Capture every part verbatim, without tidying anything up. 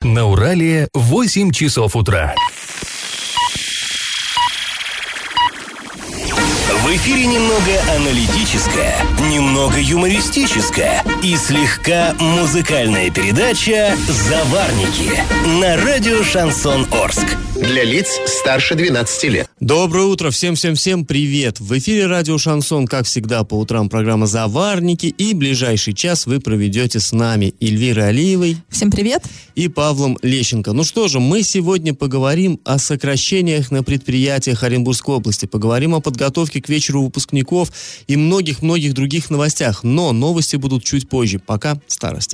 На Урале восемь часов утра. В эфире немного аналитическая, немного юмористическая и слегка музыкальная передача «Заварники» на радио «Шансон Орск». Для лиц старше двенадцати лет. Доброе утро, всем-всем-всем привет! В эфире радио «Шансон», как всегда, по утрам программа «Заварники», и ближайший час вы проведете с нами Эльвирой Алиевой. Всем привет! И Павлом Лещенко. Ну что же, мы сегодня поговорим о сокращениях на предприятиях Оренбургской области, поговорим о подготовке к вечеру выпускников и многих-многих других новостях, но новости будут чуть позже, пока старости.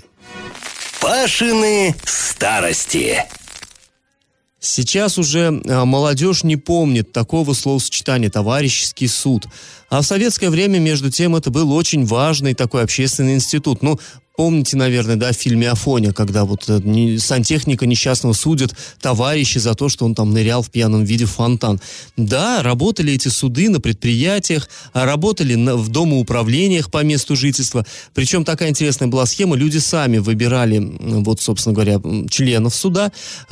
Пашины старости. Сейчас уже а, молодежь не помнит такого словосочетания «товарищеский суд». А в советское время, между тем, это был очень важный такой общественный институт. Ну, помните, наверное, да, в фильме «Афоня», когда вот э, не, сантехника несчастного судят товарищи за то, что он там нырял в пьяном виде в фонтан. Да, работали эти суды на предприятиях, работали на, в домоуправлениях по месту жительства. Причем такая интересная была схема. Люди сами выбирали, вот, собственно говоря, членов суда,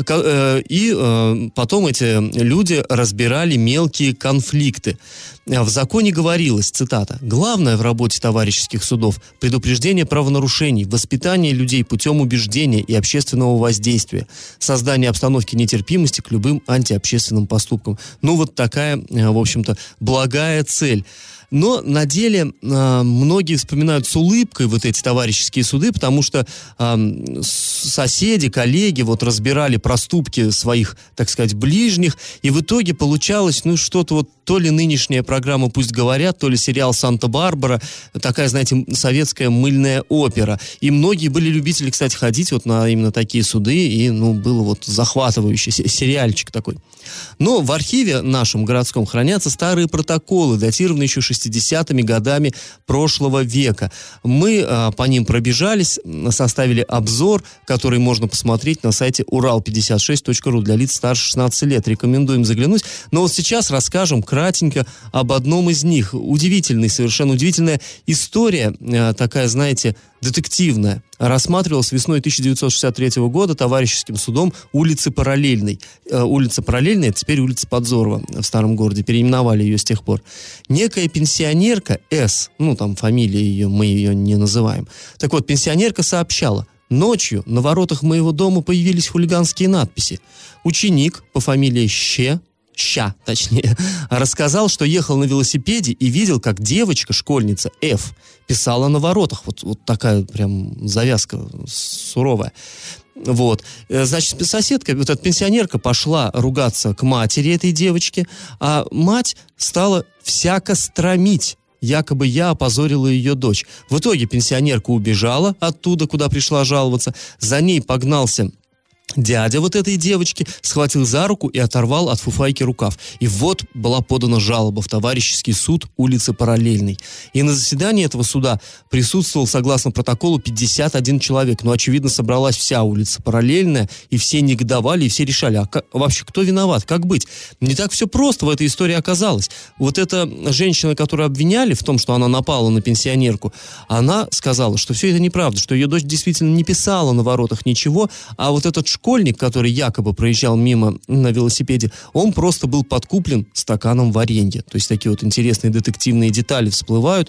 э, и э, потом эти люди разбирали мелкие конфликты. В законе говорилось, цитата, «Главное в работе товарищеских судов – предупреждение правонарушений, воспитание людей путем убеждения и общественного воздействия, создание обстановки нетерпимости к любым антиобщественным поступкам». Ну, вот такая, в общем-то, благая цель. Но на деле э, многие вспоминают с улыбкой вот эти товарищеские суды, потому что э, соседи, коллеги вот разбирали проступки своих, так сказать, ближних, и в итоге получалось, ну, что-то вот, то ли нынешняя программа «Пусть говорят», то ли сериал «Санта-Барбара», такая, знаете, советская мыльная опера. И многие были любители, кстати, ходить вот на именно такие суды, и, ну, было вот захватывающий сериальчик такой. Но в архиве нашем городском хранятся старые протоколы, датированные еще шестидесятыми годами прошлого века. Мы а, по ним пробежались, составили обзор, который можно посмотреть на сайте урал пятьдесят шесть точка ру для лиц старше шестнадцати лет. Рекомендуем заглянуть. Но вот сейчас расскажем кратенько об одном из них. Удивительный, совершенно удивительная история, а, такая, знаете, детективная. Рассматривалась весной тысяча девятьсот шестьдесят третьего года товарищеским судом улицы Параллельной. Э, улица Параллельная, это теперь улица Подзорова в старом городе, переименовали ее с тех пор. Некая пенсионерка С, ну там фамилия ее, мы ее не называем. Так вот, пенсионерка сообщала: ночью на воротах моего дома появились хулиганские надписи. Ученик по фамилии Щ, Ща, точнее, рассказал, что ехал на велосипеде и видел, как девочка, школьница Ф, писала на воротах. Вот, вот такая прям завязка суровая. Вот. Значит, соседка, вот эта пенсионерка пошла ругаться к матери этой девочки, а мать стала всяко стромить. Якобы я опозорила ее дочь. В итоге пенсионерка убежала оттуда, куда пришла жаловаться. За ней погнался дядя вот этой девочки, схватил за руку и оторвал от фуфайки рукав. И вот была подана жалоба в товарищеский суд улицы Параллельной. И на заседании этого суда присутствовал, согласно протоколу, пятьдесят один человек. Но, очевидно, собралась вся улица Параллельная, и все негодовали, и все решали, а как, вообще кто виноват, как быть? Не так все просто в этой истории оказалось. Вот эта женщина, которую обвиняли в том, что она напала на пенсионерку, она сказала, что все это неправда, что ее дочь действительно не писала на воротах ничего, а вот этот школьник, который якобы проезжал мимо на велосипеде, он просто был подкуплен стаканом варенья. То есть такие вот интересные детективные детали всплывают.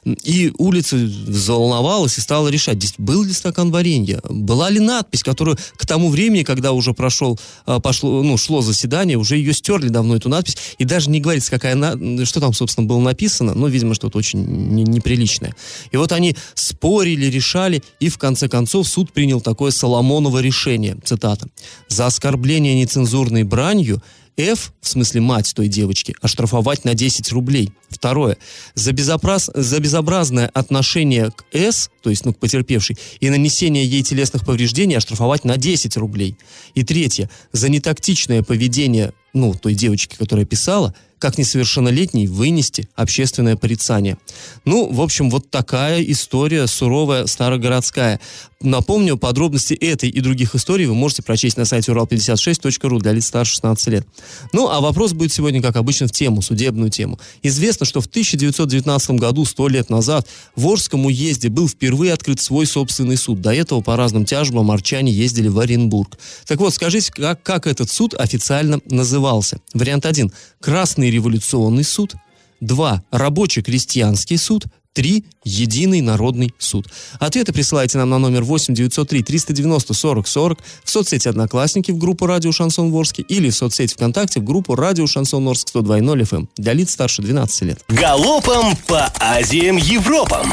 И улица взволновалась и стала решать, был ли стакан варенья, была ли надпись, которую к тому времени, когда уже прошел, пошло, ну, шло заседание, уже ее стерли давно, эту надпись, и даже не говорится, какая, что там, собственно, было написано, ну, видимо, что-то очень неприличное. И вот они спорили, решали, и в конце концов суд принял такое Соломоново решение. Цитата. «За оскорбление нецензурной бранью Ф, в смысле мать той девочки, оштрафовать на десять рублей. Второе. За, безобраз... за безобразное отношение к С, то есть ну, к потерпевшей, и нанесение ей телесных повреждений оштрафовать на десять рублей. И третье. За нетактичное поведение, ну, той девочки, которая писала, как несовершеннолетней вынести общественное порицание». Ну, в общем, вот такая история суровая, старогородская. Напомню, подробности этой и других историй вы можете прочесть на сайте урал пятьдесят шесть точка ру для лиц старше шестнадцати лет. Ну, а вопрос будет сегодня, как обычно, в тему, судебную тему. Известно Известно, что в тысяча девятьсот девятнадцатом году, сто лет назад, в Орском уезде был впервые открыт свой собственный суд. До этого по разным тяжбам арчане ездили в Оренбург. Так вот, скажите, как, как этот суд официально назывался? Вариант один. Красный революционный суд. Два. Рабоче-крестьянский суд. Три. Единый народный суд. Ответы присылайте нам на номер восемь девятьсот три триста девяносто сорок сорок, в соцсети «Одноклассники» в группу «Радио Шансон Орск» или в соцсети ВКонтакте в группу «Радио Шансон Орск» сто два ноль эф эм для лиц старше двенадцати лет. Галопом по Азиям Европам!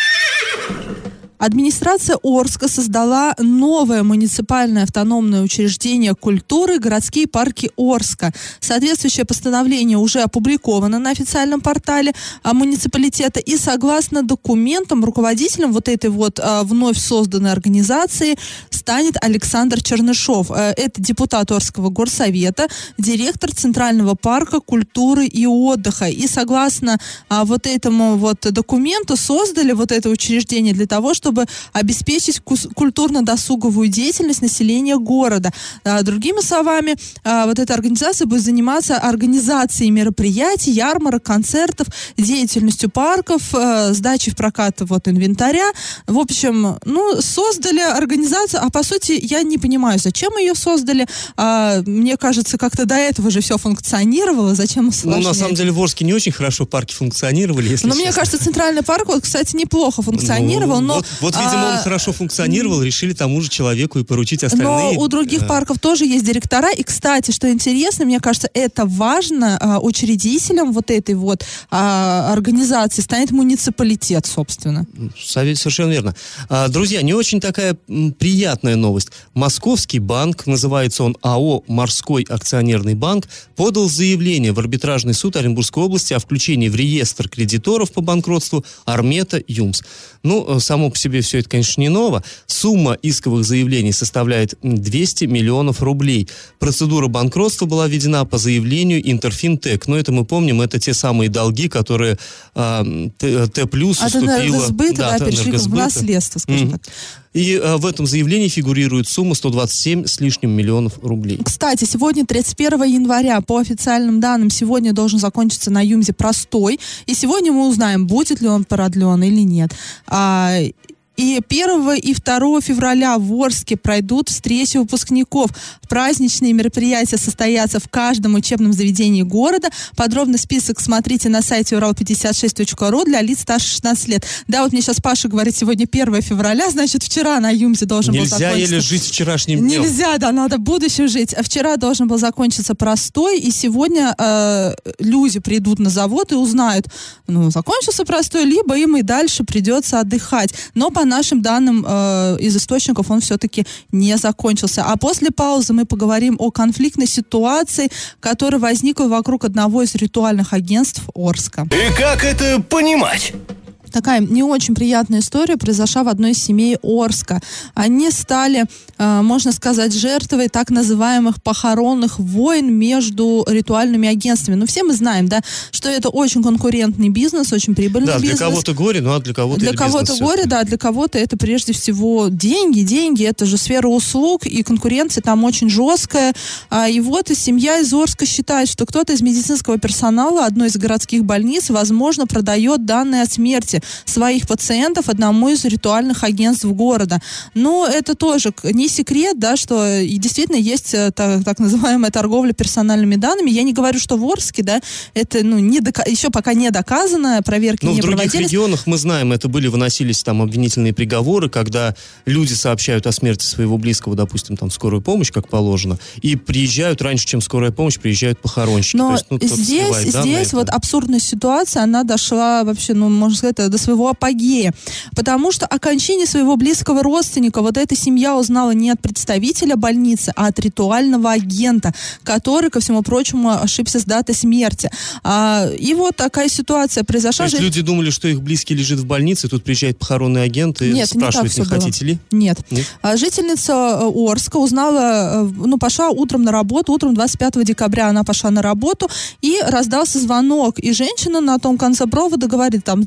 Администрация Орска создала новое муниципальное автономное учреждение культуры «Городские парки Орска». Соответствующее постановление уже опубликовано на официальном портале а, муниципалитета. И согласно документам, руководителем вот этой вот а, вновь созданной организации станет Александр Чернышов. А, это депутат Орского горсовета, директор Центрального парка культуры и отдыха. И согласно а, вот этому вот документу создали вот это учреждение для того, чтобы чтобы обеспечить культурно-досуговую деятельность населения города. А, другими словами, а, вот эта организация будет заниматься организацией мероприятий, ярмарок, концертов, деятельностью парков, а, сдачей в прокат вот инвентаря. В общем, ну, создали организацию, а по сути я не понимаю, зачем ее создали. А, мне кажется, как-то до этого же все функционировало, зачем усложнять? Ну, на самом деле в Орске не очень хорошо парки функционировали, если Но честно. мне кажется, Центральный парк, вот, кстати, неплохо функционировал, ну, но... Вот, вот видимо, он а, хорошо функционировал, решили тому же человеку и поручить остальные. Но у других э, парков тоже есть директора. И, кстати, что интересно, мне кажется, это важно, а, учредителем вот этой вот а, организации станет муниципалитет, собственно. Совершенно верно. А, друзья, не очень такая м, приятная новость. Московский банк, называется он АО «Морской акционерный банк», подал заявление в арбитражный суд Оренбургской области о включении в реестр кредиторов по банкротству Армета Юмс. Ну, само по себе все это, конечно, не ново. Сумма исковых заявлений составляет двести миллионов рублей. Процедура банкротства была введена по заявлению Интерфинтек. Но это мы помним, это те самые долги, которые э, Т+, Т+, уступила... От энергосбыта, да, да, перешли в наследство, скажем mm. так. И э, в этом заявлении фигурирует сумма сто двадцать семь с лишним миллионов рублей. Кстати, сегодня, тридцать первого января, по официальным данным, сегодня должен закончиться на Юмзе простой. И сегодня мы узнаем, будет ли он продлен или нет. А, И первого и второго февраля в Орске пройдут встречи выпускников. Праздничные мероприятия состоятся в каждом учебном заведении города. Подробный список смотрите на сайте урал пятьдесят шесть точка ру для лиц старше шестнадцати лет. Да, вот мне сейчас Паша говорит, сегодня первого февраля, значит, вчера на Юмзе должен Нельзя был закончиться. Нельзя еле жить вчерашним днем. Нельзя, да, надо будущим жить. А вчера должен был закончиться простой, и сегодня э, люди придут на завод и узнают, ну, закончился простой, либо им и дальше придется отдыхать. Но по нашим данным э, из источников он все-таки не закончился. А после паузы мы поговорим о конфликтной ситуации, которая возникла вокруг одного из ритуальных агентств Орска. И как это понимать? Такая не очень приятная история произошла в одной из семей Орска. Они стали, э, можно сказать, жертвой так называемых похоронных войн между ритуальными агентствами. Ну, все мы знаем, да, что это очень конкурентный бизнес, очень прибыльный да, бизнес. для кого-то горе, ну а для кого-то Для это кого-то бизнес, горе, да, для кого-то это прежде всего деньги. Деньги, это же сфера услуг, и конкуренция там очень жесткая. А, и вот и семья из Орска считает, что кто-то из медицинского персонала одной из городских больниц, возможно, продает данные о смерти своих пациентов одному из ритуальных агентств города. Но это тоже не секрет, да, что и действительно есть так, так называемая торговля персональными данными. Я не говорю, что в Орске, да, это, ну, не дока- еще пока не доказано, проверки Но не в других проводились. регионах, мы знаем, это были, выносились там обвинительные приговоры, когда люди сообщают о смерти своего близкого, допустим, там, в скорую помощь, как положено, и приезжают раньше, чем скорая помощь, приезжают похоронщики. Но То есть, ну, здесь, здесь данные, вот это... абсурдная ситуация, она дошла вообще, ну, можно сказать, до своего апогея. Потому что о кончине своего близкого родственника вот эта семья узнала не от представителя больницы, а от ритуального агента, который, ко всему прочему, ошибся с датой смерти. А, и вот такая ситуация произошла. То есть люди думали, что их близкий лежит в больнице, тут приезжает похоронный агент и Нет, спрашивает, не, не хотите ли? Нет. Нет. А, жительница Орска узнала, ну, пошла утром на работу, утром двадцать пятого декабря она пошла на работу, и раздался звонок, и женщина на том конце провода говорит там: здравствуйте,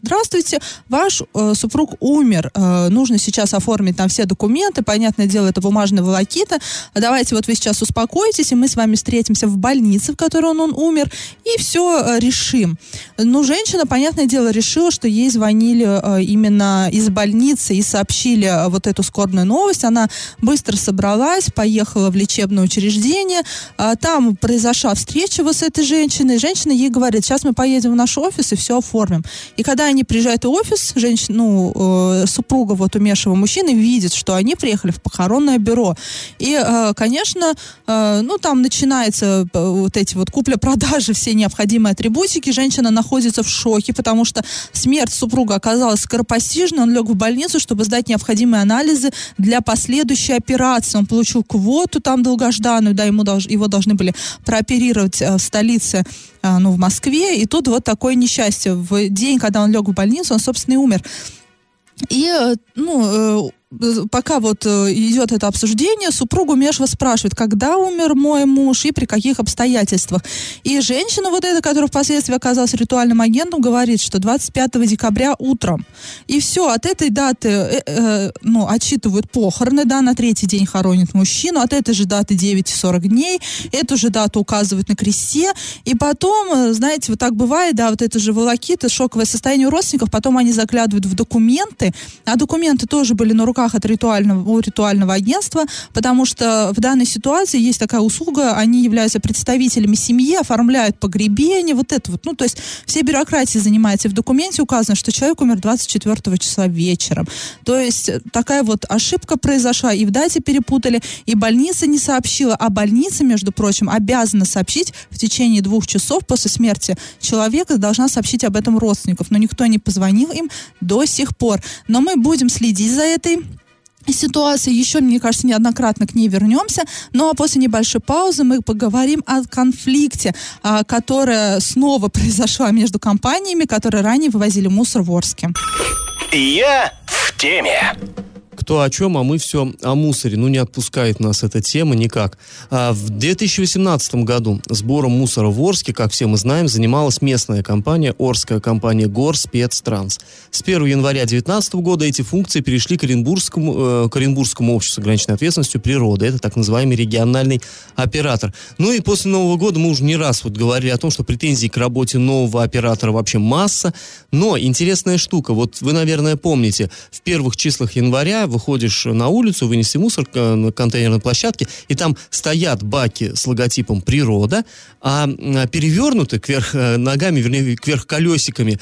смотрите, ваш э, супруг умер, э, нужно сейчас оформить там все документы, понятное дело, это бумажная волокита, давайте вот вы сейчас успокойтесь, и мы с вами встретимся в больнице, в которой он, он умер, и все э, решим. Ну, женщина, понятное дело, решила, что ей звонили э, именно из больницы и сообщили э, вот эту скорбную новость. Она быстро собралась, поехала в лечебное учреждение, э, там произошла встреча вот с этой женщиной, женщина ей говорит, сейчас мы поедем в наш офис и все оформим. И когда они приезжают в офис, женщина, ну, э, супруга вот умершего мужчины видит, что они приехали в похоронное бюро. И, э, конечно, э, ну, там начинается э, вот эти вот купля-продажи, все необходимые атрибутики. Женщина находится в шоке, потому что смерть супруга оказалась скоропостижной. Он лег в больницу, чтобы сдать необходимые анализы для последующей операции. Он получил квоту там долгожданную, да, ему долж, его должны были прооперировать э, в столице, э, ну, в Москве. И тут вот такое несчастье. В день, когда он лег в больницу, он, собственно, и умер. И, ну, пока вот идет это обсуждение, супруга умершего спрашивает, когда умер мой муж и при каких обстоятельствах. И женщина вот эта, которая впоследствии оказалась ритуальным агентом, говорит, что двадцать пятого декабря утром. И все, от этой даты, э, э, ну, отчитывают похороны, да, на третий день хоронят мужчину, от этой же даты девять сорок дней, эту же дату указывают на кресте, и потом, знаете, вот так бывает, да, вот это же волокита, шоковое состояние у родственников, потом они заглядывают в документы, а документы тоже были на руках от ритуального, у ритуального агентства, потому что в данной ситуации есть такая услуга, они являются представителями семьи, оформляют погребение, вот это вот, ну, то есть все бюрократии занимаются. В документе указано, что человек умер двадцать четвёртого числа вечером. То есть такая вот ошибка произошла, и в дате перепутали, и больница не сообщила, а больница, между прочим, обязана сообщить в течение двух часов после смерти человека, должна сообщить об этом родственников, но никто не позвонил им до сих пор. Но мы будем следить за этой ситуации, еще, мне кажется, неоднократно к ней вернемся, ну а после небольшой паузы мы поговорим о конфликте, а, которая снова произошла между компаниями, которые ранее вывозили мусор в Орске. Я в теме. Кто о чем, а мы все о мусоре. Ну, не отпускает нас эта тема никак. А в две тысячи восемнадцатом году сбором мусора в Орске, как все мы знаем, занималась местная компания, Орская компания Горспецтранс. С первого января две тысячи девятнадцатого года эти функции перешли к Оренбургскому, э, к Оренбургскому обществу с ограниченной ответственностью природы. Это так называемый региональный оператор. Ну и после Нового года мы уже не раз вот говорили о том, что претензий к работе нового оператора вообще масса. Но интересная штука, вот вы, наверное, помните, в первых числах января выходишь на улицу, вынести мусор на контейнерной площадке, и там стоят баки с логотипом «Природа», а перевернуты кверх ногами, вернее, кверх колесиками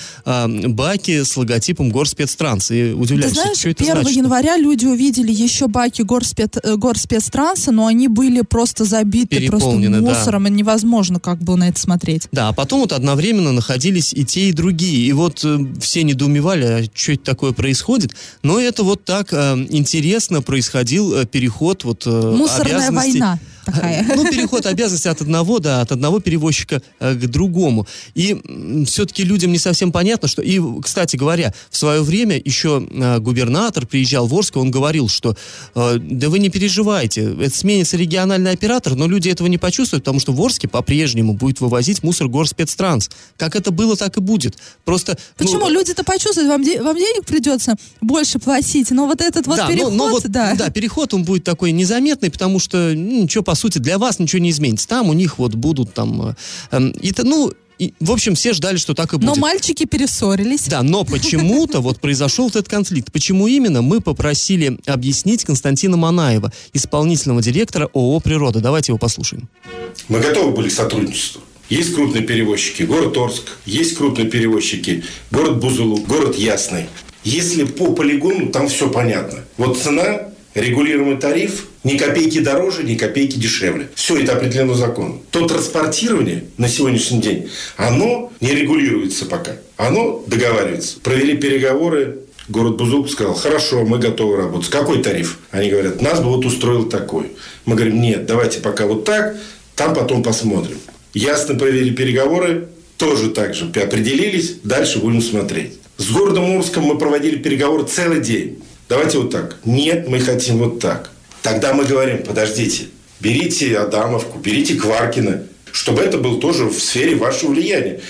баки с логотипом Горспецтранс. И удивляюсь, Ты знаешь, что это первого значит? января люди увидели еще баки Горспец, Горспецтранса, но они были просто забиты просто мусором, да. И невозможно как бы на это смотреть. Да, а потом вот одновременно находились и те, и другие. И вот э, все недоумевали, а что это такое происходит. Но это вот так э, интересно происходил э, переход вот э, мусорная обязанностей. Война такая. Ну, переход обязанностей от одного, да, от одного перевозчика э, к другому. И м, все-таки людям не совсем понятно, что... И, кстати говоря, в свое время еще э, губернатор приезжал в Орск, он говорил, что э, да вы не переживайте, это сменится региональный оператор, но люди этого не почувствуют, потому что в Орске по-прежнему будет вывозить мусор Горспецтранс. Как это было, так и будет. Просто... Почему? Ну, люди-то почувствуют, вам, де- вам денег придется больше платить, но вот этот вот да, переход, но, но вот, да. Да, переход, он будет такой незаметный, потому что, ну, ничего, по сути, для вас ничего не изменится. Там у них вот будут там... Э, э, это, ну, и, в общем, все ждали, что так и будет. Но мальчики перессорились. Да, но почему-то вот произошел этот конфликт. Почему именно, мы попросили объяснить Константина Манаева, исполнительного директора ООО «Природа». Давайте его послушаем. Мы готовы были к сотрудничеству. Есть крупные перевозчики, город Орск, есть крупные перевозчики, город Бузулук, город Ясный. Если по полигону, там все понятно. Вот цена, регулируемый тариф, ни копейки дороже, ни копейки дешевле. Все это определено законом. То транспортирование на сегодняшний день, оно не регулируется пока. Оно договаривается. Провели переговоры. Город Бузулук сказал, хорошо, мы готовы работать. Какой тариф? Они говорят, нас бы вот устроил такой. Мы говорим, нет, давайте пока вот так, там потом посмотрим. Ясно провели переговоры, тоже так же определились, дальше будем смотреть. С городом Орском мы проводили переговоры целый день. Давайте вот так. Нет, мы хотим вот так. Тогда мы говорим, подождите, берите Адамовку, берите Кваркино, чтобы это было тоже в сфере вашего влияния.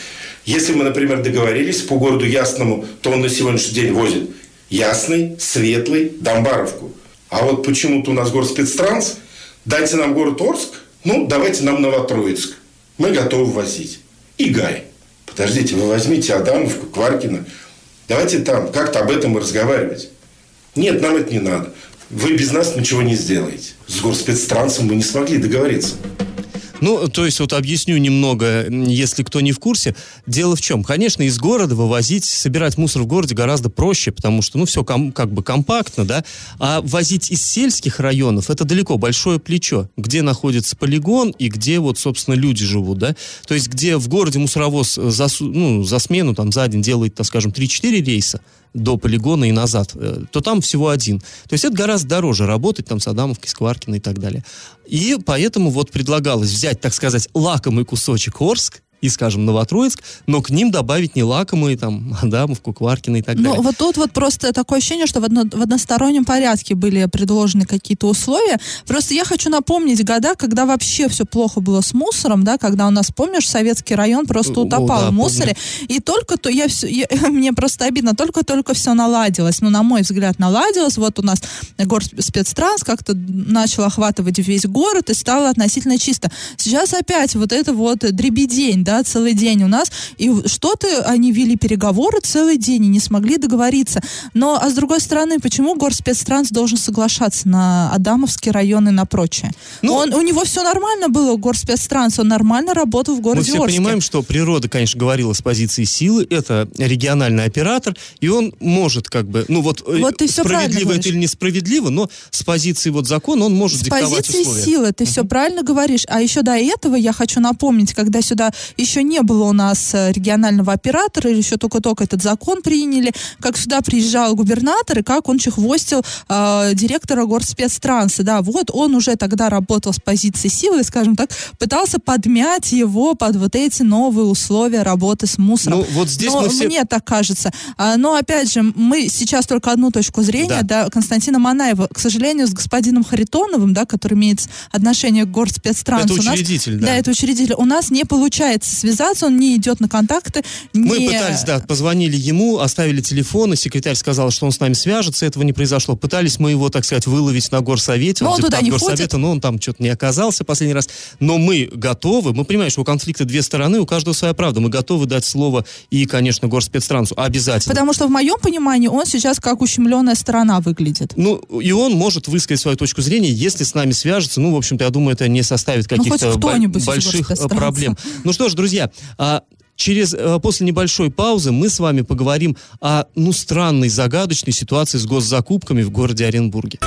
Если мы, например, договорились по городу Ясному, то он на сегодняшний день возит Ясный, Светлый, Домбаровку. А вот почему-то у нас горспецтранс, дайте нам город Орск, ну, давайте нам Новотроицк. Мы готовы возить. И Гай. Подождите, вы возьмите Адамовку, Кваркино. Давайте там как-то об этом и разговаривать. Нет, нам это не надо. Вы без нас ничего не сделаете. С горспецтрансом мы не смогли договориться. Ну, то есть, вот объясню немного, если кто не в курсе. Дело в чем? Конечно, из города вывозить, собирать мусор в городе гораздо проще, потому что, ну, все ком- как бы компактно, да. А возить из сельских районов, это далеко, большое плечо, где находится полигон и где, вот, собственно, люди живут, да. То есть, где в городе мусоровоз за, ну, за смену, там, за день делает, так скажем, три-четыре рейса до полигона и назад, то там всего один. То есть это гораздо дороже работать там с Адамовкой, с Кваркиной и так далее. И поэтому вот предлагалось взять, так сказать, лакомый кусочек Орск и, скажем, Новотроицк, но к ним добавить не лакомые, там, Адамовку, Кваркино и так далее. Ну, вот тут вот просто такое ощущение, что в, одно, в одностороннем порядке были предложены какие-то условия. Просто я хочу напомнить года, когда вообще все плохо было с мусором, да, когда у нас, помнишь, Советский район просто утопал О, да, в мусоре. Помню. И только то, я все, я, мне просто обидно, только-только все наладилось. Ну, на мой взгляд, наладилось. Вот у нас горспецтранс как-то начал охватывать весь город и стало относительно чисто. Сейчас опять вот это вот дребедень, да, целый день у нас, и что-то они вели переговоры целый день и не смогли договориться. Но, а с другой стороны, почему горспецтранс должен соглашаться на Адамовский район и на прочее? Ну, он, у него все нормально было, горспецтранс, он нормально работал в городе Орске. Мы все понимаем, что природа, конечно, говорила с позиции силы, это региональный оператор, и он может как бы, ну вот, вот справедливо это или несправедливо, но с позиции вот закона он может с диктовать условия. С позиции силы ты uh-huh. все правильно говоришь. А еще до этого я хочу напомнить, когда сюда еще не было у нас регионального оператора, еще только-только этот закон приняли, как сюда приезжал губернатор, и как он чехвостил э, директора горспецтранса. Да, вот он уже тогда работал с позиции силы, скажем так, пытался подмять его под вот эти новые условия работы с мусором. Ну, вот здесь но мы все... мне так кажется. А, но, опять же, мы сейчас только одну точку зрения, да, да Константина Манаева, к сожалению, с господином Харитоновым, да, который имеет отношение к горспецтрансу. Это учредитель, нас, да. Да, это учредитель. У нас не получается связаться, он не идет на контакты. Мы не... пытались, да, позвонили ему, оставили телефон, и секретарь сказал, что он с нами свяжется, этого не произошло. Пытались мы его, так сказать, выловить на горсовете, но он он туда не горсовета, ходит. Но он там что-то не оказался последний раз. Но мы готовы, мы понимаем, что у конфликта две стороны, у каждого своя правда. Мы готовы дать слово и, конечно, горспецтрансу обязательно. Потому что, в моем понимании, он сейчас как ущемленная сторона выглядит. Ну, и он может высказать свою точку зрения, если с нами свяжется. Ну, в общем-то, я думаю, это не составит каких-то ну, бо- больших проблем. Ну что ж, друзья, а, через, а, после небольшой паузы мы с вами поговорим о, ну, странной, загадочной ситуации с госзакупками в городе Оренбурге.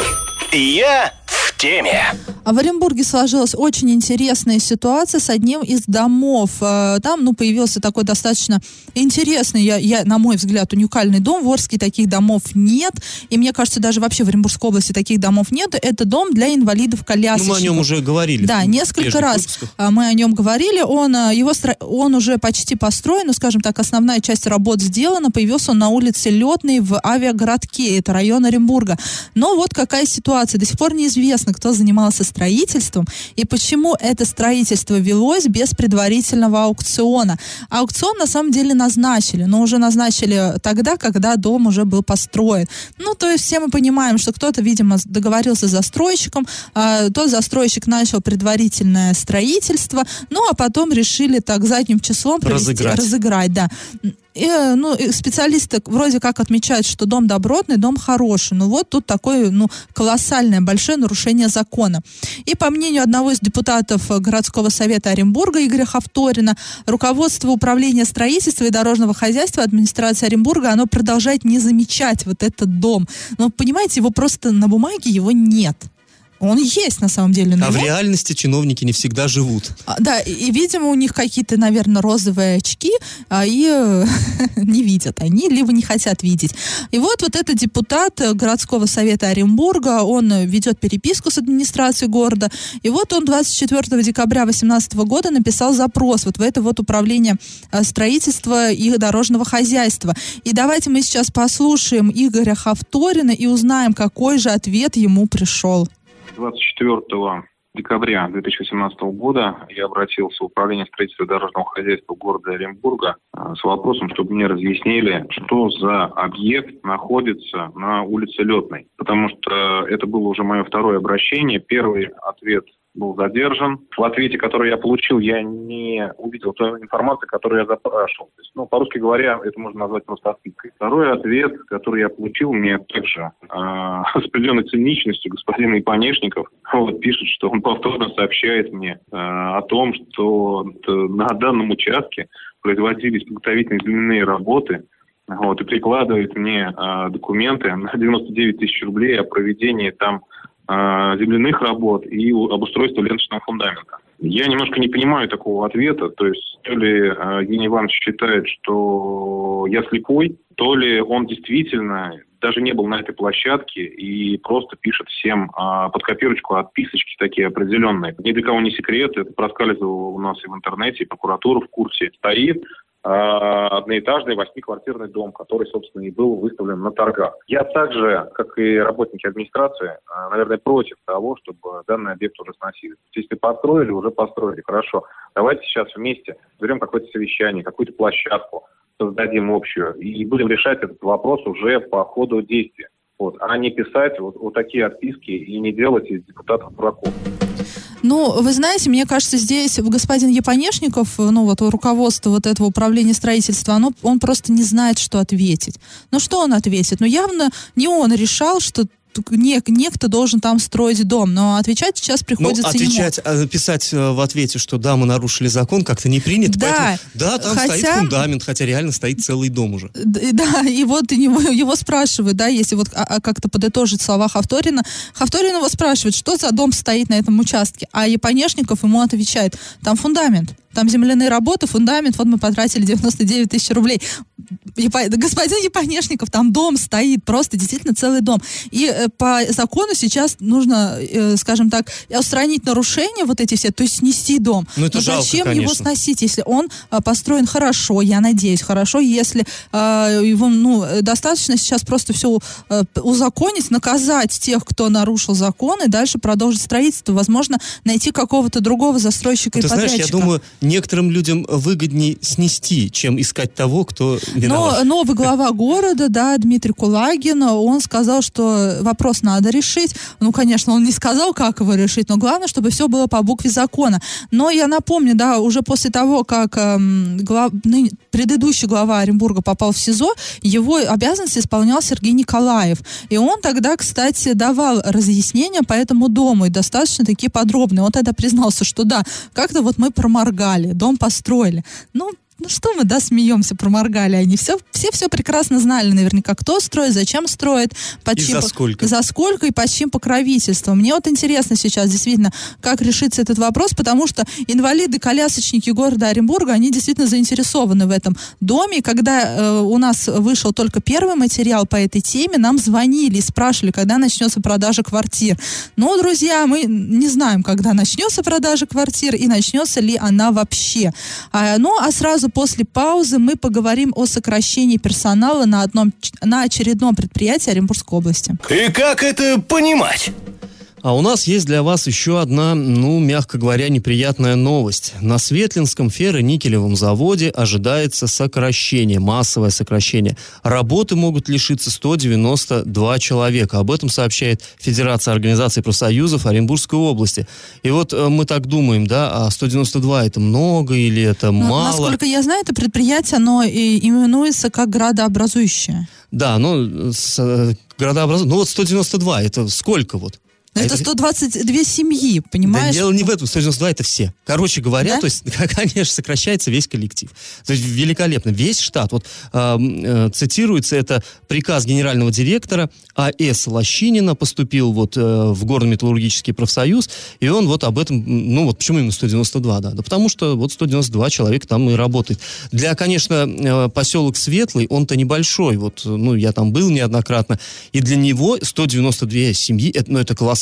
Я в теме. А в Оренбурге сложилась очень интересная ситуация с одним из домов. Там, ну, появился такой достаточно интересный, я, я, на мой взгляд, уникальный дом. В Орске таких домов нет. И мне кажется, даже вообще в Оренбургской области таких домов нет. Это дом для инвалидов-колясочников. Ну, мы о нем уже говорили. Да, несколько раз выпусках. Мы о нем говорили. Он, его, он уже почти построен, ну, скажем так, основная часть работ сделана. Появился он на улице Летной в Авиагородке. Это район Оренбурга. Но вот какая ситуация. До сих пор неизвестно, кто занимался строительством и почему это строительство велось без предварительного аукциона. Аукцион на самом деле назначили, но уже назначили тогда, когда дом уже был построен. Ну, то есть все мы понимаем, что кто-то, видимо, договорился с застройщиком, а тот застройщик начал предварительное строительство, ну, а потом решили так задним числом провести, разыграть. разыграть, да. И, ну, специалисты вроде как отмечают, что дом добротный, дом хороший. Но вот тут такое, ну, колоссальное, большое нарушение закона. И по мнению одного из депутатов городского совета Оренбурга Игоря Хавторина, руководство управления строительства и дорожного хозяйства администрации Оренбурга, оно продолжает не замечать вот этот дом. Но, понимаете, его просто на бумаге его нет. Он есть, на самом деле. А в реальности чиновники не всегда живут. А, да, и, и, видимо, у них какие-то, наверное, розовые очки, а, и э, не видят они, либо не хотят видеть. И вот, вот этот депутат городского совета Оренбурга, он ведет переписку с администрацией города, и вот он двадцать четвёртого декабря две тысячи восемнадцатого года написал запрос вот в это вот управление строительства и дорожного хозяйства. И давайте мы сейчас послушаем Игоря Хавторина и узнаем, какой же ответ ему пришел. двадцать четвёртого декабря две тысячи восемнадцатого года я обратился в Управление строительства и дорожного хозяйства города Оренбурга с вопросом, чтобы мне разъяснили, что за объект находится на улице Летной. Потому что это было уже мое второе обращение. Первый ответ был задержан. В ответе, который я получил, я не увидел той информации, которую я запрашивал. То есть, ну, по-русски говоря, это можно назвать просто отпиской. Второй ответ, который я получил, мне также э, с определенной циничностью господин Ипанешников вот, пишет, что он повторно сообщает мне э, о том, что на данном участке производились подготовительные земляные работы, вот, и прикладывает мне э, документы на девяносто девять тысяч рублей о проведении там земляных работ и обустройства ленточного фундамента. Я немножко не понимаю такого ответа, то есть то ли Евгений Иванович считает, что я слепой, то ли он действительно даже не был на этой площадке и просто пишет всем а, под копирочку отписочки такие определенные. Ни для кого не секрет, это проскальзывало у нас и в интернете, и прокуратура в курсе. Стоит одноэтажный восьмиквартирный дом, который, собственно, и был выставлен на торгах. Я также, как и работники администрации, наверное, против того, чтобы данный объект уже сносили. Если построили, уже построили, хорошо. Давайте сейчас вместе берем какое-то совещание, какую-то площадку, создадим общую и будем решать этот вопрос уже по ходу действия. Вот, а не писать вот, вот такие отписки и не делать из депутатов дураков. Ну, вы знаете, мне кажется, здесь господин Епанешников, ну, вот руководство вот этого управления строительства, оно, он просто не знает, что ответить. Ну, что он ответит? Ну, явно не он решал, что Не, некто должен там строить дом, но отвечать сейчас приходится ну, отвечать, ему. Писать в ответе, что да, мы нарушили закон, как-то не принято. Да, поэтому, да там хотя, стоит фундамент, хотя реально стоит целый дом уже. Да, и вот его, его спрашивают, да, если вот а, как-то подытожить слова Хавторина, Хавторин его спрашивает, что за дом стоит на этом участке, а Епанешников ему отвечает, там фундамент. Там земляные работы, фундамент, вот мы потратили девяносто девять тысяч рублей. Епа... Господин Епанешников, там дом стоит, просто действительно целый дом. И э, по закону сейчас нужно, э, скажем так, устранить нарушения вот эти все, то есть снести дом. Ну, это Но жалко, зачем конечно. его сносить, если он э, построен хорошо, я надеюсь, хорошо, если э, его, ну, достаточно сейчас просто все э, узаконить, наказать тех, кто нарушил закон, и дальше продолжить строительство, возможно, найти какого-то другого застройщика ну, и ты подрядчика. Знаешь, я думаю, некоторым людям выгоднее снести, чем искать того, кто виноват. Но новый глава города, да, Дмитрий Кулагин, он сказал, что вопрос надо решить. Ну, конечно, он не сказал, как его решить, но главное, чтобы все было по букве закона. Но я напомню, да, уже после того, как эм, глав, ны, предыдущий глава Оренбурга попал в СИЗО, его обязанности исполнял Сергей Николаев. И он тогда, кстати, давал разъяснения по этому дому, и достаточно такие подробные. Он тогда признался, что да, как-то вот мы проморгали, дом построили. Ну, ну что мы, да, смеемся, проморгали. Они все, все все прекрасно знали наверняка, кто строит, зачем строит, под и чьим, за сколько. За сколько и под чьим покровительством. Мне вот интересно сейчас действительно, как решится этот вопрос, потому что инвалиды-колясочники города Оренбурга, они действительно заинтересованы в этом доме. И когда э, у нас вышел только первый материал по этой теме, нам звонили и спрашивали, когда начнется продажа квартир. Ну, друзья, мы не знаем, когда начнется продажа квартир и начнется ли она вообще. А, ну, а сразу после паузы мы поговорим о сокращении персонала на, одном, на очередном предприятии Оренбургской области. И как это понимать? А у нас есть для вас еще одна, ну, мягко говоря, неприятная новость. На Светлинском ферроникелевом заводе ожидается сокращение, массовое сокращение. Работы могут лишиться сто девяносто два человека. Об этом сообщает Федерация организаций профсоюзов Оренбургской области. И вот э, мы так думаем, да, а сто девяносто два это много или это Но, мало? Насколько я знаю, это предприятие, оно и именуется как градообразующее. Да, ну, с, э, градообразующее. Ну вот сто девяносто два, это сколько вот? Но а это сто двадцать две семьи, понимаешь? Да дело не в этом, сто девяносто два это все. Короче говоря, да? то есть, конечно, сокращается весь коллектив. То есть великолепно. Весь штат. Вот э, э, цитируется это приказ генерального директора А С Лощинина, поступил вот э, в Горно-металлургический профсоюз, и он вот об этом, ну вот почему именно сто девяносто два, да? Да потому что вот сто девяносто два человека там и работает. Для, конечно, э, поселок Светлый, он-то небольшой, вот, ну, я там был неоднократно, и для него сто девяносто две семьи, это, ну, это колоссально.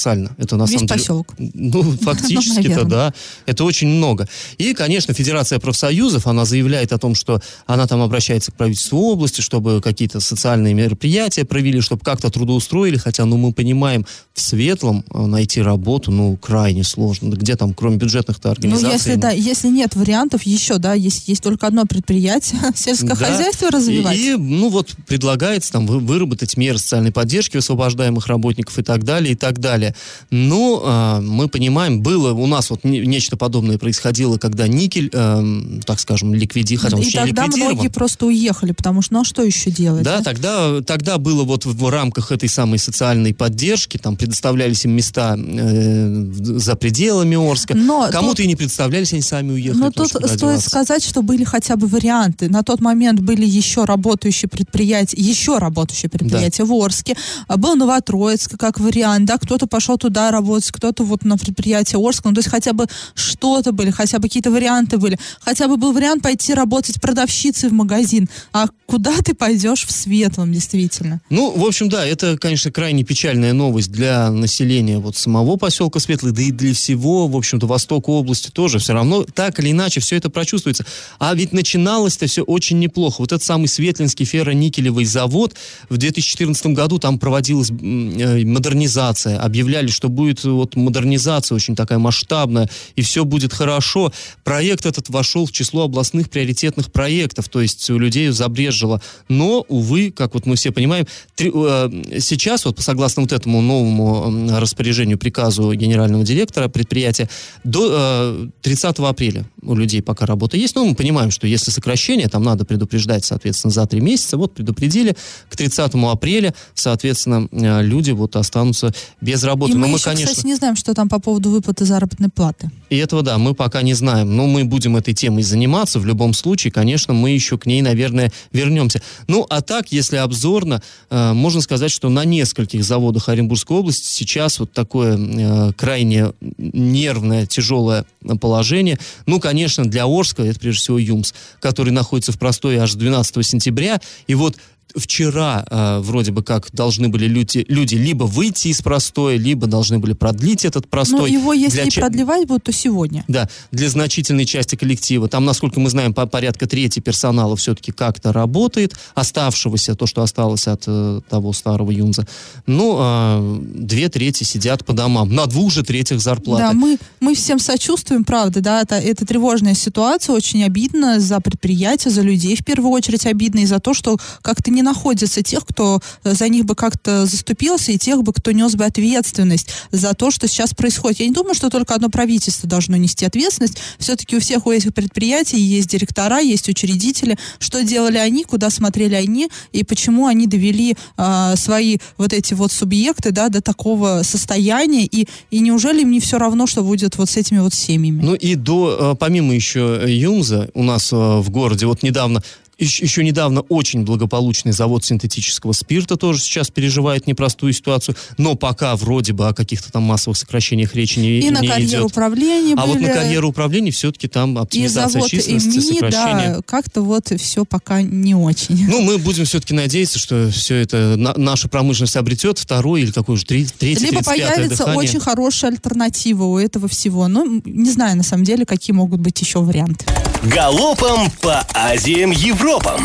колоссально. Это на Весь самом деле... поселок. Ну, фактически-то, да. Это очень много. И, конечно, Федерация профсоюзов, она заявляет о том, что она там обращается к правительству области, чтобы какие-то социальные мероприятия провели, чтобы как-то трудоустроили, хотя, ну, мы понимаем, в Светлом найти работу, ну, крайне сложно. Где там, кроме бюджетных-то организаций? Ну, если, ну... да, если нет вариантов, еще, да, есть, есть только одно предприятие, сельское да. хозяйство развивать. И, и, ну, вот предлагается там выработать меры социальной поддержки освобождаемых работников и так далее, и так далее. Но э, мы понимаем, было у нас вот не, нечто подобное происходило, когда никель, э, так скажем, ликвиди, хотя он и еще не тогда ликвидирован. многие просто уехали, потому что, ну, а что еще делать? Да, Да, тогда, тогда было вот в, в рамках этой самой социальной поддержки, там предоставлялись им места э, за пределами Орска. Но кому-то тут... и не предоставлялись, они сами уехали. Но тут стоит сказать, что были хотя бы варианты. На тот момент были еще работающие предприятия, еще работающие предприятия, да, в Орске. Был Новотроицк как вариант, да, кто-то пошел туда работать, кто-то вот на предприятие Орска. Ну, то есть хотя бы что-то были, хотя бы какие-то варианты были. Хотя бы был вариант пойти работать продавщицей в магазин. А куда ты пойдешь в Светлом, действительно? Ну, в общем, да, это, конечно, крайне печальная новость для населения вот самого поселка Светлый, да и для всего, в общем-то, Востока области тоже. Все равно, так или иначе, все это прочувствуется. А ведь начиналось-то все очень неплохо. Вот этот самый Светлинский ферроникелевый завод в две тысячи четырнадцатом году там проводилась модернизация. Объявляли, что будет вот модернизация очень такая масштабная, и все будет хорошо. Проект этот вошел в число областных приоритетных проектов, то есть у людей забрежило. Но, увы, как вот мы все понимаем, три, э, сейчас, вот согласно вот этому новому распоряжению, приказу генерального директора предприятия, до э, тридцатого апреля у людей пока работа есть. Но мы понимаем, что если сокращение, там надо предупреждать, соответственно, за три месяца. Вот предупредили, к тридцатому апреля, соответственно, э, люди вот останутся без работы. И Но мы, мы еще, конечно... кстати, не знаем, что там по поводу выплаты заработной платы. И этого, да, мы пока не знаем. Но мы будем этой темой заниматься. В любом случае, конечно, мы еще к ней, наверное, вернемся. Ну, а так, если обзорно, э, можно сказать, что на нескольких заводах Оренбургской области сейчас вот такое э, крайне нервное, тяжелое положение. Ну, конечно, для Орска это прежде всего ЮМС, который находится в простое аж с двенадцатого сентября. И вот вчера э, вроде бы как должны были люди, люди либо выйти из простоя, либо должны были продлить этот простой. Но его, если для и ч... продлевать будут, то сегодня. Да, для значительной части коллектива. Там, насколько мы знаем, по порядка трети персонала все-таки как-то работает, оставшегося, то, что осталось от э, того старого ЮМЗа. Ну, э, две трети сидят по домам, на двух же третьих зарплаты. Да, мы, мы всем сочувствуем, правда, да, это, это тревожная ситуация, очень обидно за предприятия, за людей в первую очередь обидно, и за то, что как-то не находится тех, кто за них бы как-то заступился, и тех бы, кто нес бы ответственность за то, что сейчас происходит. Я не думаю, что только одно правительство должно нести ответственность. Все-таки у всех у этих предприятий есть директора, есть учредители. Что делали они, куда смотрели они, и почему они довели э, свои вот эти вот субъекты, да, до такого состояния, и, и неужели им не все равно, что будет вот с этими вот семьями? Ну и до, помимо еще ЮМЗа, у нас в городе вот недавно Еще, еще недавно очень благополучный завод синтетического спирта тоже сейчас переживает непростую ситуацию, но пока вроде бы о каких-то там массовых сокращениях речи не, и не на карьеру идет. управления А были... вот на карьеру управления все-таки там оптимизация и завод численности, ЭМИ, сокращение. Да, как-то вот все пока не очень. Ну, мы будем все-таки надеяться, что все это на, наша промышленность обретет второй или какой же третий, третий, либо появится дыхание. Очень хорошая альтернатива у этого всего. Ну, не знаю, на самом деле, какие могут быть еще варианты. Галопом по Азиям Европам.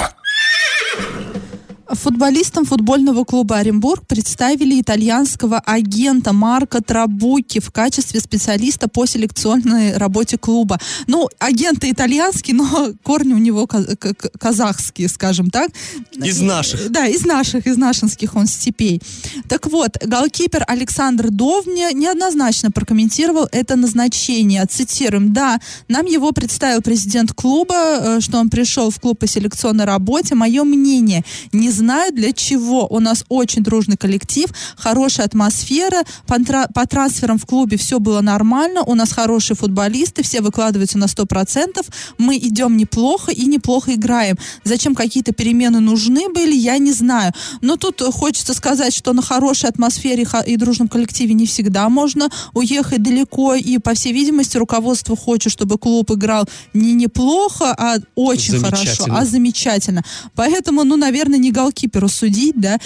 Футболистам футбольного клуба «Оренбург» представили итальянского агента Марко Трабуки в качестве специалиста по селекционной работе клуба. Ну, агент итальянский, но корни у него казахские, скажем так. Из наших. Да, из наших, из нашинских он степей. Так вот, голкипер Александр Довня неоднозначно прокомментировал это назначение. Цитируем: «Да, нам его представил президент клуба, что он пришел в клуб по селекционной работе. Мое мнение, не знаю для чего. У нас очень дружный коллектив, хорошая атмосфера, по, тра- по трансферам в клубе все было нормально, у нас хорошие футболисты, все выкладываются на сто процентов, мы идем неплохо и неплохо играем. Зачем какие-то перемены нужны были, я не знаю. Но тут хочется сказать, что на хорошей атмосфере и дружном коллективе не всегда можно уехать далеко, и, по всей видимости, руководство хочет, чтобы клуб играл не неплохо, а очень хорошо, а замечательно. Поэтому, ну, наверное, не голкипер голкиперу судить, да,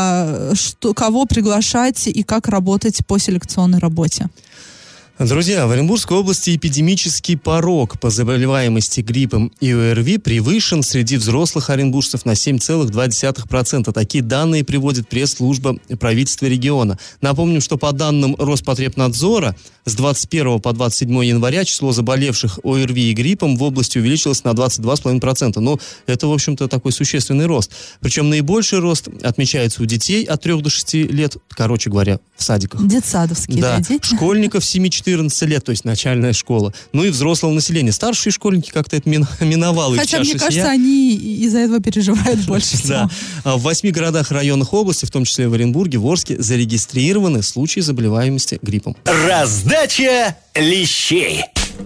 а, что, кого приглашать и как работать по селекционной работе. Друзья, в Оренбургской области эпидемический порог по заболеваемости гриппом и ОРВИ превышен среди взрослых оренбуржцев на семь целых два десятых процента. Такие данные приводит пресс-служба правительства региона. Напомним, что по данным Роспотребнадзора с двадцать первого по двадцать седьмое января число заболевших ОРВИ и гриппом в области увеличилось на двадцать два целых пять десятых процента. Ну, это, в общем-то, такой существенный рост. Причем наибольший рост отмечается у детей от трёх до шести лет, короче говоря, в садиках. Детсадовские, да, да, дети. Школьников семь-четырнадцать лет, то есть начальная школа. Ну и взрослого населения. Старшие школьники как-то это мин- миновало их Хотя, чашу мне кажется, сия. они из-за этого переживают больше всего. Да. А в восьми городах районах области, в том числе в Оренбурге, в Орске, зарегистрированы случаи заболеваемости гриппом. Раздача лещей.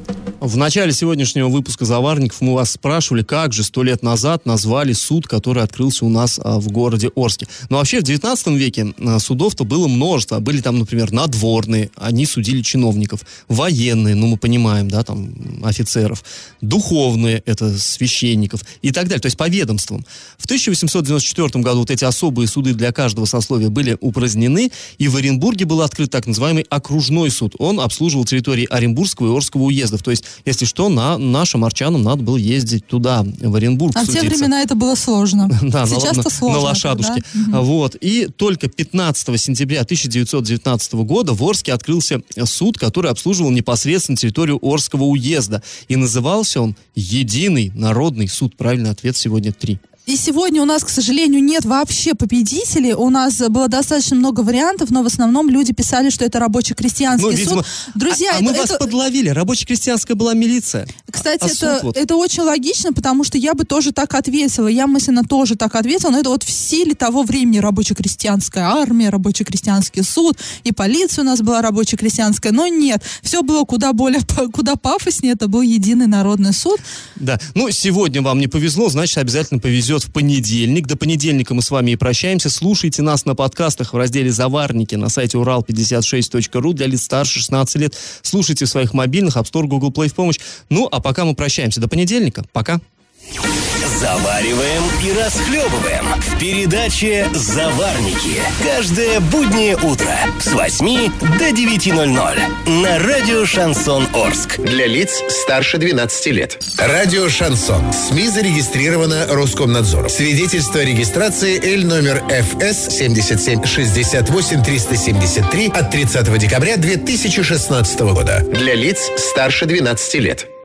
В начале сегодняшнего выпуска «Заварников» мы вас спрашивали, как же сто лет назад назвали суд, который открылся у нас а, в городе Орске. Но вообще в девятнадцатом веке а, судов-то было множество. Были там, например, надворные, они судили чиновников. Военные, ну мы понимаем, да, там офицеров. Духовные, это священников и так далее. То есть по ведомствам. В тысяча восемьсот девяносто четвёртом году вот эти особые суды для каждого сословия были упразднены, и в Оренбурге был открыт так называемый окружной суд. Он обслуживал территории Оренбургского и Орского уездов. То есть если что, на, нашим арчанам надо было ездить туда, в Оренбург, а судиться. в те времена это было сложно. Да, сейчас-то на, сложно. На лошадушке. Да? Вот. И только пятнадцатого сентября тысяча девятьсот девятнадцатого года в Орске открылся суд, который обслуживал непосредственно территорию Орского уезда. И назывался он Единый народный суд. Правильный ответ сегодня три. И сегодня у нас, к сожалению, нет вообще победителей. У нас было достаточно много вариантов, но в основном люди писали, что это рабоче-крестьянский ну, видимо, суд. Друзья, а, а это, мы это... вас подловили. Рабоче-крестьянская была милиция. Кстати, а это, вот. это очень логично, потому что я бы тоже так ответила. Я мысленно тоже так ответила, но это вот в силе того времени рабоче-крестьянская армия, рабоче-крестьянский суд, и полиция у нас была рабоче-крестьянская. Но нет, все было куда более, куда пафоснее. Это был Единый народный суд. Да, ну сегодня вам не повезло, значит обязательно повезет в понедельник. До понедельника мы с вами и прощаемся. Слушайте нас на подкастах в разделе «Заварники» на сайте урал пятьдесят шесть точка ру для лиц старше шестнадцати лет. Слушайте в своих мобильных, App Store, Google Play в помощь. Ну, а пока мы прощаемся. До понедельника. Пока. Завариваем и расхлебываем в передаче «Заварники». Каждое буднее утро с восьми до девяти ноль-ноль на радио «Шансон Орск». Для лиц старше двенадцати лет. Радио «Шансон». СМИ зарегистрировано Роскомнадзором. Свидетельство о регистрации Л номер эф эс семь семь шесть восемь три семь три от тридцатого декабря две тысячи шестнадцатого года. Для лиц старше двенадцати лет.